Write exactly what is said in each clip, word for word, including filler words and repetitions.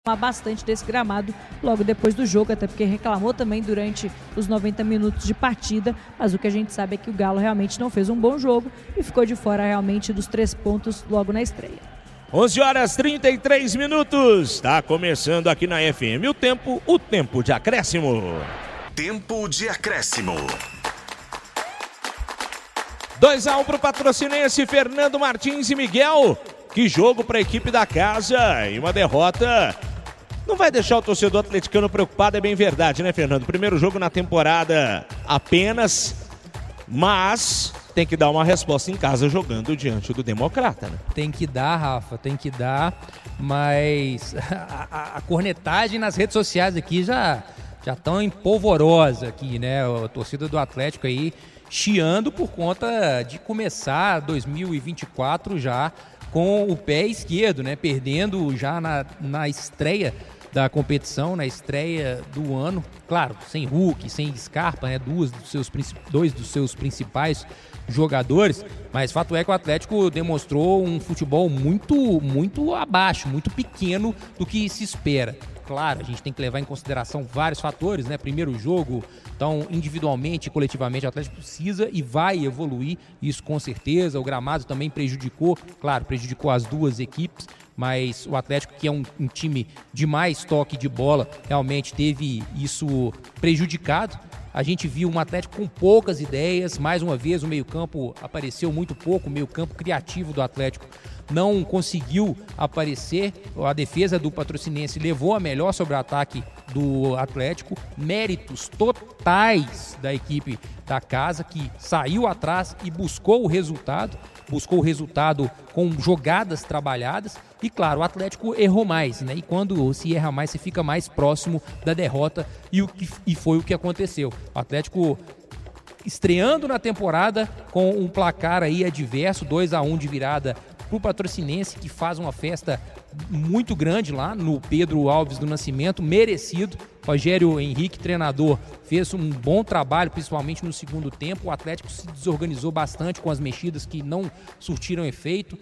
bastante desse gramado logo depois do jogo, até porque reclamou também durante os noventa minutos de partida, mas o que a gente sabe é que o Galo realmente não fez um bom jogo e ficou de fora realmente dos três pontos logo na estreia. onze horas e trinta e três minutos, está começando aqui na F M o tempo, o tempo de acréscimo. Tempo de acréscimo. dois a um para o Patrocinense, Fernando Martins e Miguel. Que jogo para a equipe da casa e uma derrota não vai deixar o torcedor atleticano preocupado, é bem verdade, né, Fernando? Primeiro jogo na temporada apenas, mas tem que dar uma resposta em casa jogando diante do Democrata, né? Tem que dar, Rafa, tem que dar, mas a, a, a cornetagem nas redes sociais aqui já já estão em polvorosa aqui, né? A torcida do Atlético aí chiando por conta de começar dois mil e vinte e quatro já com o pé esquerdo, né? Perdendo já na, na estreia da competição, na estreia do ano. Claro, sem Hulk, sem Scarpa, né? Duas dos seus, dois dos seus principais jogadores, mas fato é que o Atlético demonstrou um futebol muito, muito abaixo, muito pequeno do que se espera. Claro, a gente tem que levar em consideração vários fatores, né? Primeiro jogo, então individualmente e coletivamente o Atlético precisa e vai evoluir, isso com certeza. O gramado também prejudicou, claro, prejudicou as duas equipes, mas o Atlético, que é um, um time de mais toque de bola, realmente teve isso prejudicado. A gente viu um Atlético com poucas ideias, mais uma vez o meio-campo apareceu muito pouco, o meio-campo criativo do Atlético não conseguiu aparecer. A defesa do Patrocinense levou a melhor sobre o ataque do Atlético. Méritos totais da equipe da casa, que saiu atrás e buscou o resultado. Buscou o resultado com jogadas trabalhadas. E claro, o Atlético errou mais, né? E quando se erra mais, você fica mais próximo da derrota. E, o que, e foi o que aconteceu. O Atlético estreando na temporada com um placar aí adverso, dois a um de virada para o Patrocinense, que faz uma festa muito grande lá no Pedro Alves do Nascimento, merecido. Rogério Henrique, treinador, fez um bom trabalho, principalmente no segundo tempo. O Atlético se desorganizou bastante com as mexidas que não surtiram efeito.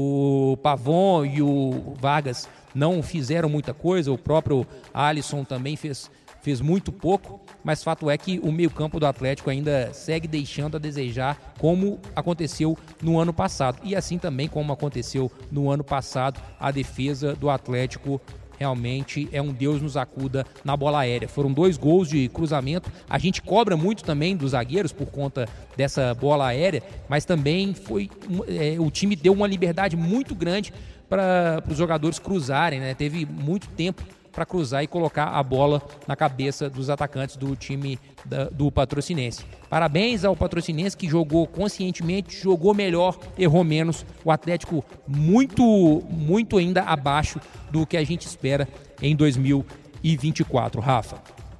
O Pavon e o Vargas não fizeram muita coisa, o próprio Alisson também fez, fez muito pouco, mas fato é que o meio-campo do Atlético ainda segue deixando a desejar, como aconteceu no ano passado. E assim também como aconteceu no ano passado, a defesa do Atlético realmente é um Deus nos acuda na bola aérea. Foram dois gols de cruzamento. A gente cobra muito também dos zagueiros por conta dessa bola aérea, mas também foi é, o time deu uma liberdade muito grande para os jogadores cruzarem, né? Teve muito tempo para cruzar e colocar a bola na cabeça dos atacantes do time da, do Patrocinense. Parabéns ao Patrocinense, que jogou conscientemente, jogou melhor, errou menos. O Atlético muito, muito ainda abaixo do que a gente espera em dois mil e vinte e quatro, Rafa.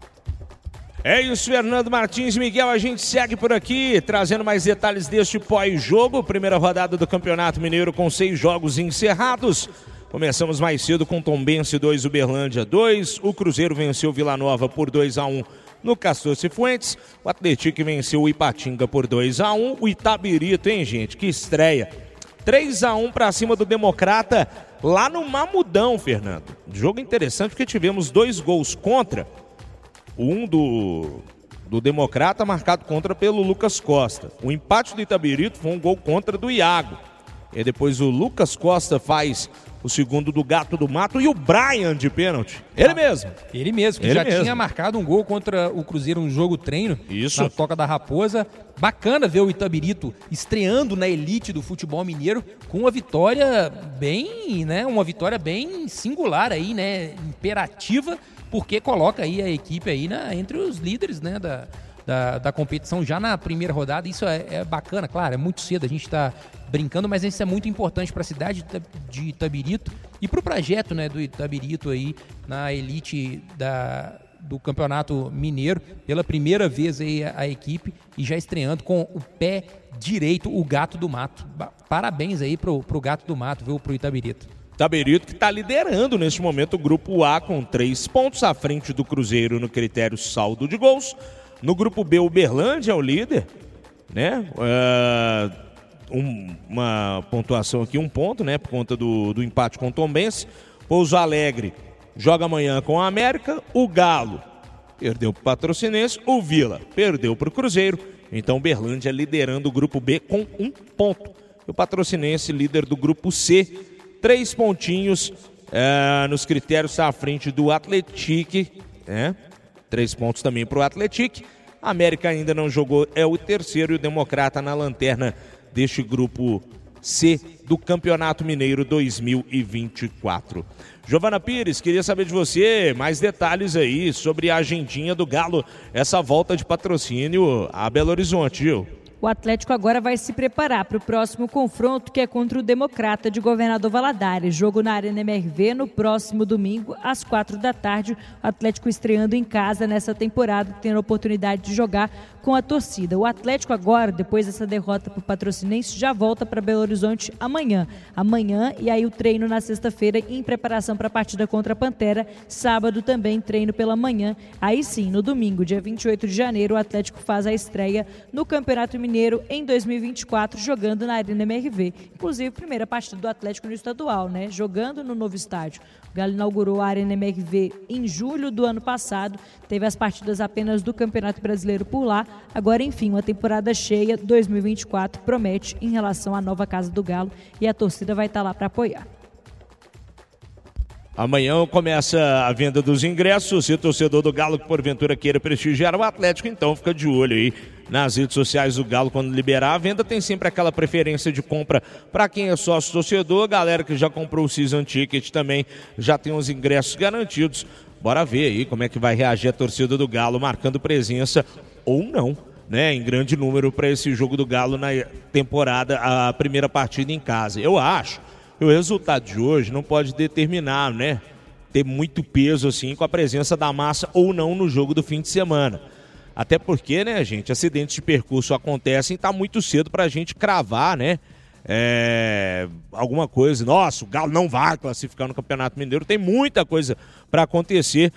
É isso, Fernando Martins e Miguel, a gente segue por aqui, trazendo mais detalhes deste pós-jogo. Primeira rodada do Campeonato Mineiro com seis jogos encerrados. Começamos mais cedo com Tombense dois, Uberlândia dois. O Cruzeiro venceu Vila Nova por dois a um no Castor Cifuentes. O Atlético venceu o Ipatinga por dois a um. O Itabirito, hein, gente? Que estreia. três a um para cima do Democrata lá no Mamudão, Fernando. Jogo interessante porque tivemos dois gols contra. Um do, do Democrata marcado contra pelo Lucas Costa. O empate do Itabirito foi um gol contra do Iago. E depois o Lucas Costa faz o segundo do Gato do Mato e o Brian de pênalti. Ele mesmo. Ele mesmo, que Ele já mesmo. tinha marcado um gol contra o Cruzeiro, um jogo treino. Isso. Na Toca da Raposa. Bacana ver o Itabirito estreando na elite do futebol mineiro com uma vitória bem, né, uma vitória bem singular aí, né, imperativa, porque coloca aí a equipe aí na, entre os líderes, né, da, da, da competição já na primeira rodada. Isso é, é bacana, claro, é muito cedo, a gente está brincando, mas isso é muito importante para a cidade de Itabirito e para o projeto, né, do Itabirito aí na elite da, do Campeonato Mineiro. Pela primeira vez aí a, a equipe e já estreando com o pé direito, o Gato do Mato. Parabéns aí pro, pro Gato do Mato, viu, pro Itabirito. Itabirito que está liderando neste momento o Grupo A com três pontos à frente do Cruzeiro no critério saldo de gols. No Grupo B, o Uberlândia é o líder, né? Uh... Um, uma pontuação aqui, um ponto, né? Por conta do, do empate com o Tombense. Pouso Alegre joga amanhã com a América. O Galo perdeu para o Patrocinense, o Vila perdeu para o Cruzeiro. Então o Berlândia liderando o grupo B com um ponto. O Patrocinense líder do grupo C, três pontinhos é, nos critérios, está à frente do Atlético, né? Três pontos também para o Atlético. A América ainda não jogou, é o terceiro, e o Democrata na lanterna deste grupo C do Campeonato Mineiro dois mil e vinte e quatro. Giovana Pires, queria saber de você mais detalhes aí sobre a agendinha do Galo, essa volta de patrocínio a Belo Horizonte, Gil. O Atlético agora vai se preparar para o próximo confronto, que é contra o Democrata de Governador Valadares. Jogo na Arena M R V no próximo domingo, às quatro da tarde. O Atlético estreando em casa nessa temporada, tendo a oportunidade de jogar com a torcida. O Atlético agora, depois dessa derrota para o Patrocinense, já volta para Belo Horizonte amanhã. Amanhã, e aí o treino na sexta-feira em preparação para a partida contra a Pantera. Sábado também treino pela manhã. Aí sim, no domingo, dia vinte e oito de janeiro, o Atlético faz a estreia no Campeonato Mineiro em dois mil e vinte e quatro, jogando na Arena M R V. Inclusive, primeira partida do Atlético no estadual, né? Jogando no novo estádio. O Galo inaugurou a Arena M R V em julho do ano passado. Teve as partidas apenas do Campeonato Brasileiro por lá. Agora, enfim, uma temporada cheia. dois mil e vinte e quatro promete em relação à nova casa do Galo, e a torcida vai estar lá para apoiar. Amanhã começa a venda dos ingressos. Se o torcedor do Galo que porventura queira prestigiar o Atlético, então fica de olho aí nas redes sociais do Galo. Quando liberar a venda, tem sempre aquela preferência de compra para quem é sócio torcedor. Galera que já comprou o Season Ticket também já tem os ingressos garantidos. Bora ver aí como é que vai reagir a torcida do Galo, marcando presença ou não, né, em grande número para esse jogo do Galo na temporada, a primeira partida em casa. Eu acho que o resultado de hoje não pode determinar, né, ter muito peso assim com a presença da massa ou não no jogo do fim de semana. Até porque, né, gente, acidentes de percurso acontecem, tá muito cedo pra gente cravar, né, é, alguma coisa. Nossa, o Galo não vai classificar no Campeonato Mineiro, tem muita coisa para acontecer.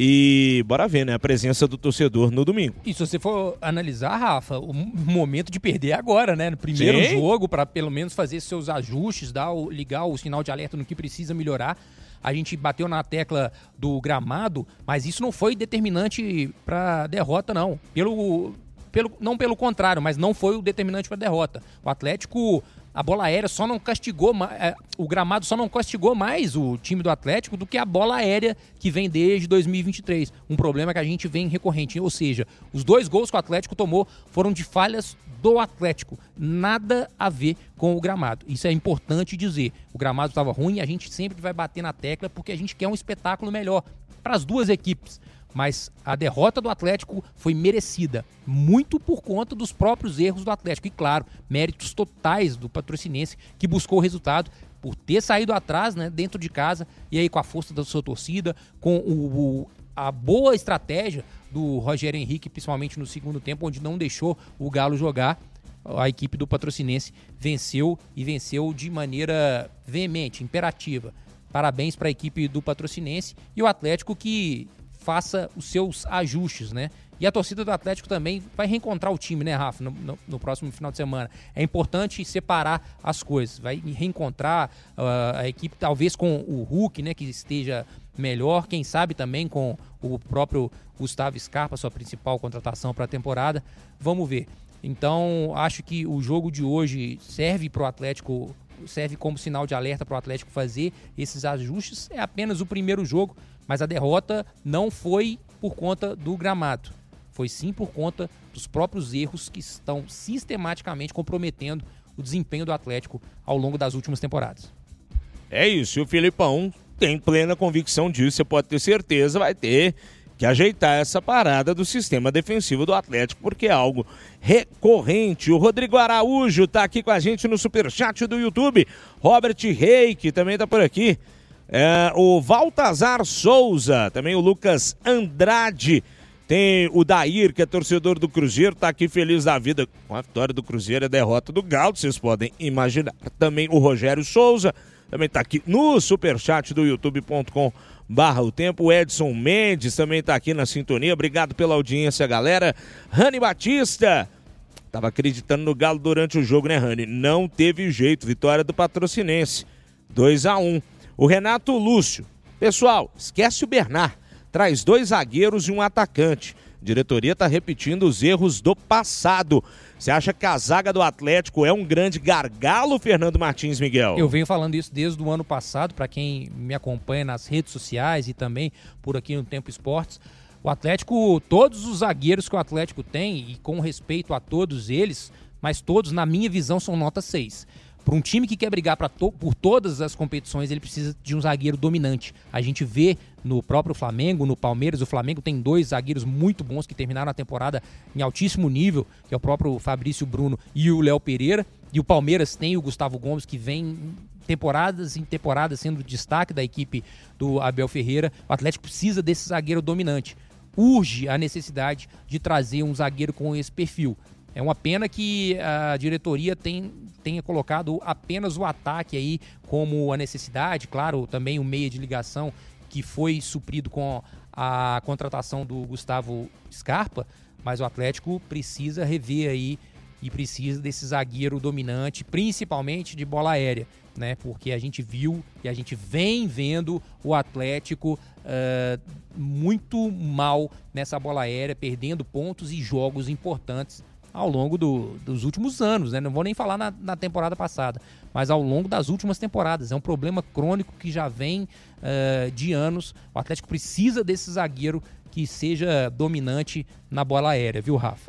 E bora ver, né, a presença do torcedor no domingo. E se você for analisar, Rafa, o momento de perder é agora, né? No primeiro Sim. jogo, para pelo menos fazer seus ajustes, dar o, ligar o sinal de alerta no que precisa melhorar. A gente bateu na tecla do gramado, mas isso não foi determinante para a derrota, não. Pelo, pelo, não pelo contrário, mas não foi o determinante para a derrota. O Atlético, a bola aérea só não castigou, o gramado só não castigou mais o time do Atlético do que a bola aérea que vem desde dois mil e vinte e três. Um problema que a gente vem recorrente, ou seja, os dois gols que o Atlético tomou foram de falhas do Atlético, nada a ver com o gramado. Isso é importante dizer. O gramado estava ruim, a gente sempre vai bater na tecla porque a gente quer um espetáculo melhor para as duas equipes. Mas a derrota do Atlético foi merecida, muito por conta dos próprios erros do Atlético. E claro, méritos totais do Patrocinense, que buscou o resultado por ter saído atrás, né, dentro de casa, e aí com a força da sua torcida, com o, o, a boa estratégia do Rogério Henrique, principalmente no segundo tempo, onde não deixou o Galo jogar. A equipe do Patrocinense venceu e venceu de maneira veemente, imperativa. Parabéns para a equipe do Patrocinense e o Atlético que faça os seus ajustes, né? E a torcida do Atlético também vai reencontrar o time, né, Rafa, no, no, no próximo final de semana. É importante separar as coisas, vai reencontrar uh, a equipe, talvez com o Hulk, né, que esteja melhor, quem sabe também com o próprio Gustavo Scarpa, sua principal contratação para a temporada. Vamos ver. Então, acho que o jogo de hoje serve para o Atlético, serve como sinal de alerta para o Atlético fazer esses ajustes. É apenas o primeiro jogo, mas a derrota não foi por conta do gramado. Foi sim por conta dos próprios erros que estão sistematicamente comprometendo o desempenho do Atlético ao longo das últimas temporadas. É isso, e o Filipão tem plena convicção disso, você pode ter certeza, vai ter que ajeitar essa parada do sistema defensivo do Atlético, porque é algo recorrente. O Rodrigo Araújo está aqui com a gente no superchat do YouTube. Robert Reik também está por aqui. É, o Valtazar Souza, também o Lucas Andrade, tem o Dair, que é torcedor do Cruzeiro, tá aqui feliz da vida com a vitória do Cruzeiro e a derrota do Galo, vocês podem imaginar. Também o Rogério Souza, também tá aqui no superchat do youtube ponto com barra o tempo. O Edson Mendes também tá aqui na sintonia, obrigado pela audiência, galera. Rani Batista, tava acreditando no Galo durante o jogo, né, Rani? Não teve jeito, vitória do Patrocinense, dois a um. O Renato Lúcio, Pessoal, esquece o Bernard. Traz dois zagueiros e um atacante. A diretoria está repetindo os erros do passado. Você acha que a zaga do Atlético é um grande gargalo, Fernando Martins Miguel? Eu venho falando isso desde o ano passado, para quem me acompanha nas redes sociais e também por aqui no Tempo Esportes. O Atlético, todos os zagueiros que o Atlético tem, e com respeito a todos eles, mas todos, na minha visão, são nota seis. Para um time que quer brigar pra to- por todas as competições, ele precisa de um zagueiro dominante. A gente vê no próprio Flamengo, no Palmeiras, o Flamengo tem dois zagueiros muito bons que terminaram a temporada em altíssimo nível, que é o próprio Fabrício Bruno e o Léo Pereira. E o Palmeiras tem o Gustavo Gomes, que vem temporadas em temporadas sendo destaque da equipe do Abel Ferreira. O Atlético precisa desse zagueiro dominante. Urge a necessidade de trazer um zagueiro com esse perfil. É uma pena que a diretoria tem, tenha colocado apenas o ataque aí como a necessidade, claro, também o meia de ligação que foi suprido com a contratação do Gustavo Scarpa, mas o Atlético precisa rever aí e precisa desse zagueiro dominante, principalmente de bola aérea, né? Porque a gente viu e a gente vem vendo o Atlético uh, muito mal nessa bola aérea, perdendo pontos e jogos importantes ao longo do, dos últimos anos, né? Não vou nem falar na, na temporada passada, mas ao longo das últimas temporadas. É um problema crônico que já vem uh, de anos. O Atlético precisa desse zagueiro que seja dominante na bola aérea, viu, Rafa?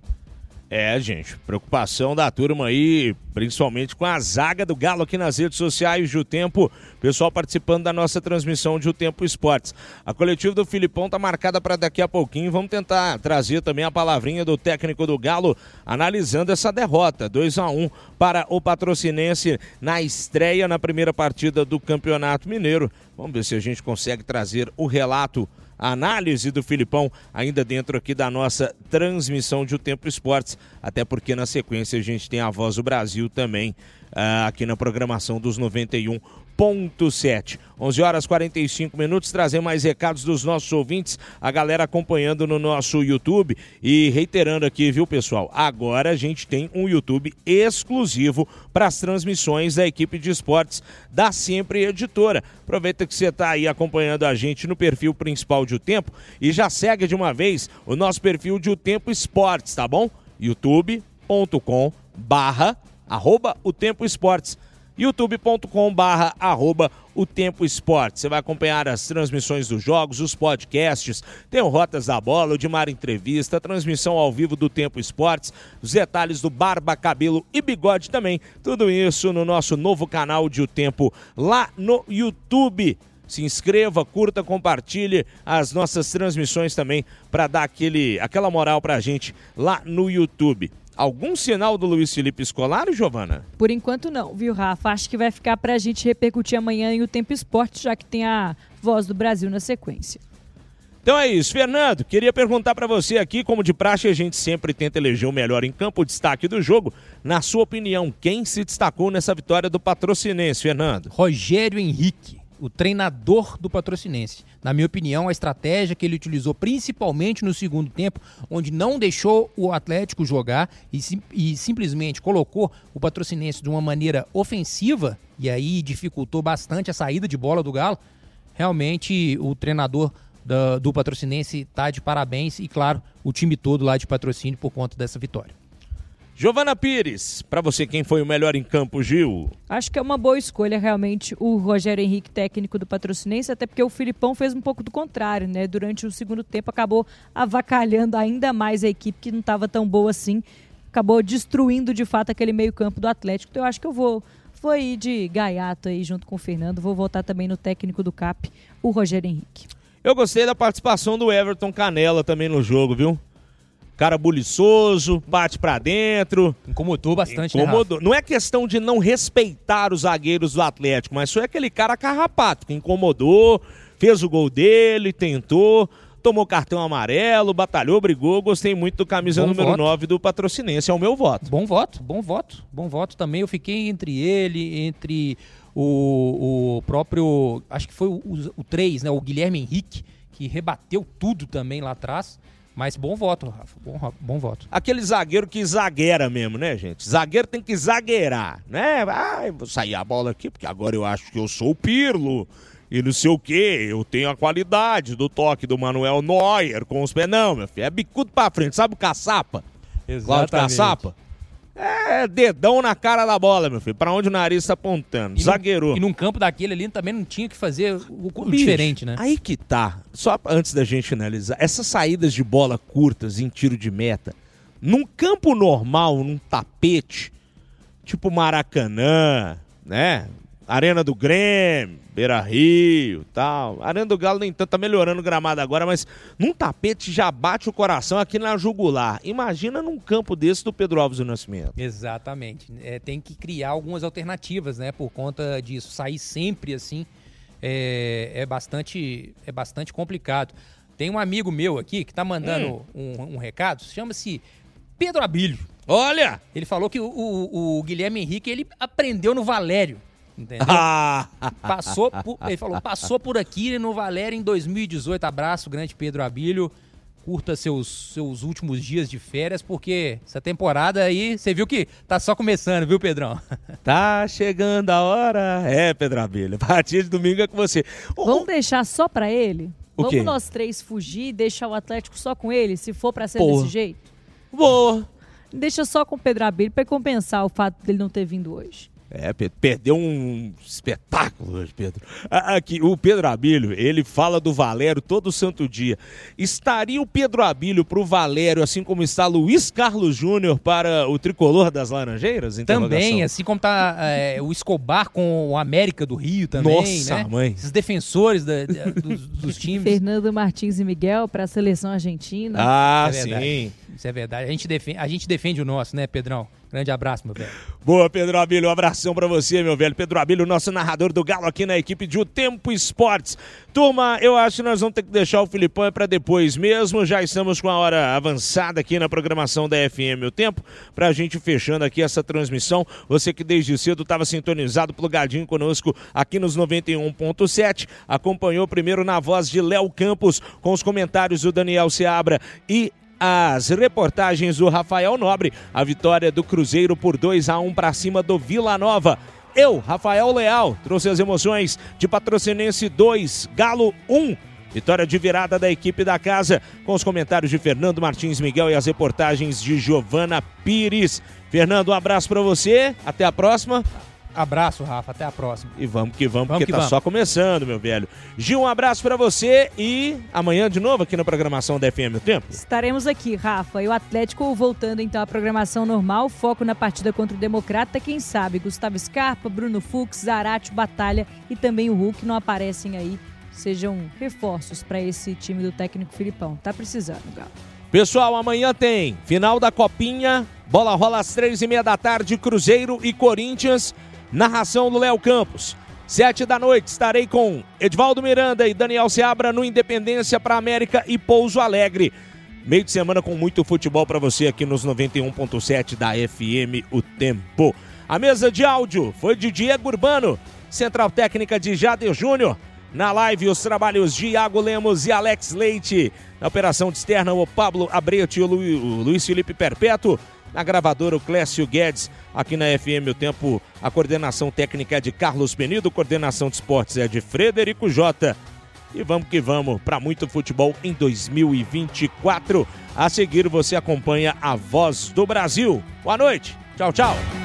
É, gente, preocupação da turma aí, principalmente com a zaga do Galo aqui nas redes sociais de O Tempo, pessoal participando da nossa transmissão de O Tempo Esportes. A coletiva do Filipão tá marcada para daqui a pouquinho, vamos tentar trazer também a palavrinha do técnico do Galo, analisando essa derrota, dois a um para o Patrocinense na estreia na primeira partida do Campeonato Mineiro. Vamos ver se a gente consegue trazer o relato, a análise do Filipão ainda dentro aqui da nossa transmissão de O Tempo Esportes, até porque na sequência a gente tem a Voz do Brasil também uh, aqui na programação dos noventa e um ponto sete. onze horas e quarenta e cinco minutos, trazer mais recados dos nossos ouvintes, a galera acompanhando no nosso YouTube e reiterando aqui, viu, pessoal? Agora a gente tem um YouTube exclusivo para as transmissões da equipe de esportes da Sempre Editora. Aproveita que você está aí acompanhando a gente no perfil principal de O Tempo e já segue de uma vez o nosso perfil de O Tempo Esportes, tá bom? youtube ponto com barra arroba O Tempo Esportes. youtube ponto com barra arroba O Tempo Esporte. Você vai acompanhar as transmissões dos jogos, os podcasts, tem o Rotas da Bola, o Dimar Entrevista, a transmissão ao vivo do Tempo Esportes, os detalhes do Barba, Cabelo e Bigode também. Tudo isso no nosso novo canal de O Tempo lá no YouTube. Se inscreva, curta, compartilhe as nossas transmissões também para dar aquele, aquela moral pra gente lá no YouTube. Algum sinal do Luiz Felipe Scolari, Giovana? Por enquanto não, viu, Rafa? Acho que vai ficar pra gente repercutir amanhã em O Tempo Esporte, já que tem a Voz do Brasil na sequência. Então é isso, Fernando, queria perguntar pra você aqui, como de praxe a gente sempre tenta eleger o melhor em campo, o destaque do jogo. Na sua opinião, quem se destacou nessa vitória do Patrocinense, Fernando? Rogério Henrique, o treinador do Patrocinense. Na minha opinião, a estratégia que ele utilizou principalmente no segundo tempo, onde não deixou o Atlético jogar e, sim, e simplesmente colocou o Patrocinense de uma maneira ofensiva, e aí dificultou bastante a saída de bola do Galo, realmente o treinador do, do Patrocinense está de parabéns e, claro, o time todo lá de patrocínio por conta dessa vitória. Giovana Pires, para você quem foi o melhor em campo, Gil? Acho que é uma boa escolha realmente o Rogério Henrique, técnico do Patrocinense, até porque o Filipão fez um pouco do contrário, né? Durante o segundo tempo acabou avacalhando ainda mais a equipe que não estava tão boa assim, acabou destruindo de fato aquele meio campo do Atlético. Então eu acho que eu vou, vou ir de gaiato aí junto com o Fernando, vou voltar também no técnico do C A P, o Rogério Henrique. Eu gostei da participação do Everton Canella também no jogo, viu? Cara buliçoso, bate pra dentro. Incomodou bastante, Incomodou. né, Não é questão de não respeitar os zagueiros do Atlético, mas foi aquele cara carrapato que incomodou, fez o gol dele, tentou, tomou cartão amarelo, batalhou, brigou. Gostei muito do camisa Bom número voto. nove do Patrocinense, é o meu voto. Bom voto, bom voto, bom voto também. Eu fiquei entre ele, entre o, o próprio, acho que foi o, o, o três, né, o Guilherme Henrique, que rebateu tudo também lá atrás. Mas bom voto, Rafa, bom, bom voto. Aquele zagueiro que zagueira mesmo, né, gente? Zagueiro tem que zagueirar, né? Ai, vou sair a bola aqui, porque agora eu acho que eu sou o Pirlo. e não sei o quê, eu tenho a qualidade do toque do Manuel Neuer com os pés. Não, meu filho, é bicudo pra frente, sabe o caçapa? Exatamente. Cláudio Caçapa? É dedão na cara da bola, meu filho, pra onde o nariz tá apontando, E zagueiro. Num, e num campo daquele ali também não tinha que fazer o, o Bicho, diferente, né? Aí que tá, só antes da gente finalizar, essas saídas de bola curtas em tiro de meta, num campo normal, num tapete, tipo Maracanã, né? Arena do Grêmio, Beira-Rio, tal. Arena do Galo nem tanto, tá melhorando o gramado agora, mas num tapete já bate o coração aqui na jugular. Imagina num campo desse do Pedro Alves do Nascimento. Exatamente. É, tem que criar algumas alternativas, né? Por conta disso. Sair sempre assim é, é, bastante, é bastante complicado. Tem um amigo meu aqui que tá mandando hum. um, um recado, chama-se Pedro Abílio. Olha! Ele falou que o, o, o Guilherme Henrique, ele aprendeu no Valério. Entendeu? Ah. Passou por, ele falou, passou por aqui no Valério em dois mil e dezoito. Abraço, grande Pedro Abílio. Curta seus, seus últimos dias de férias, porque essa temporada aí, você viu que tá só começando, viu, Pedrão? Tá chegando a hora. É, Pedro Abílio, a partir de domingo é com você. O, Vamos deixar só pra ele? O Vamos quê? nós três fugir e deixar o Atlético só com ele, se for pra ser Porra. desse jeito? Boa. Deixa só com o Pedro Abílio pra compensar o fato dele não ter vindo hoje. É, Pedro, perdeu um espetáculo hoje, Pedro. Aqui, o Pedro Abílio, ele fala do Valério todo santo dia. Estaria o Pedro Abílio pro Valério, assim como está Luiz Carlos Júnior para o Tricolor das Laranjeiras? Também, assim como tá é, o Escobar com o América do Rio também, Nossa, né? mãe. Esses defensores da, da, dos, dos times. Fernando Martins e Miguel para a seleção argentina. Ah, Isso é verdade. sim. Isso é verdade. A gente, defende, a gente defende o nosso, né, Pedrão? Grande abraço, meu velho. Boa, Pedro Abílio, um abração pra você, meu velho. Pedro Abílio, nosso narrador do Galo aqui na equipe de O Tempo Esportes. Turma, eu acho que nós vamos ter que deixar o Filipão pra depois mesmo. Já estamos com a hora avançada aqui na programação da F M O Tempo, pra gente fechando aqui essa transmissão. Você que desde cedo estava sintonizado, plugadinho conosco aqui nos noventa e um ponto sete, acompanhou primeiro na voz de Léo Campos, com os comentários do Daniel Seabra e as reportagens do Rafael Nobre, a vitória do Cruzeiro por dois a um para cima do Vila Nova. Eu, Rafael Leal, trouxe as emoções de Patrocinense dois, Galo um. Vitória de virada da equipe da casa, com os comentários de Fernando Martins Miguel e as reportagens de Giovana Pires. Fernando, um abraço para você, até a próxima. Abraço, Rafa, até a próxima. E vamos que vamos, vamos porque que tá vamos. só começando, meu velho. Gil, um abraço pra você e amanhã de novo aqui na programação da F M O Tempo. Estaremos aqui, Rafa. E o Atlético voltando então à programação normal, foco na partida contra o Democrata, quem sabe Gustavo Scarpa, Bruno Fux, Zarate, Batalha e também o Hulk não aparecem aí, sejam reforços para esse time do técnico Filipão. Tá precisando, Galo. Pessoal, amanhã tem final da Copinha, bola rola às três e meia da tarde, Cruzeiro e Corinthians. Narração do Léo Campos. Sete da noite estarei com Edvaldo Miranda e Daniel Seabra no Independência para América e Pouso Alegre. Meio de semana com muito futebol para você aqui nos noventa e um ponto sete da F M O Tempo. A mesa de áudio foi de Diego Urbano, central técnica de Jader Júnior. Na live os trabalhos de Iago Lemos e Alex Leite. Na operação de externa o Pablo Abrete e o, Lu, o Luiz Felipe Perpétuo. Na gravadora, o Clécio Guedes. Aqui na F M O Tempo, a coordenação técnica é de Carlos Penido, coordenação de esportes é de Frederico Jota. E vamos que vamos para muito futebol em dois mil e vinte e quatro. A seguir você acompanha a Voz do Brasil. Boa noite. Tchau, tchau.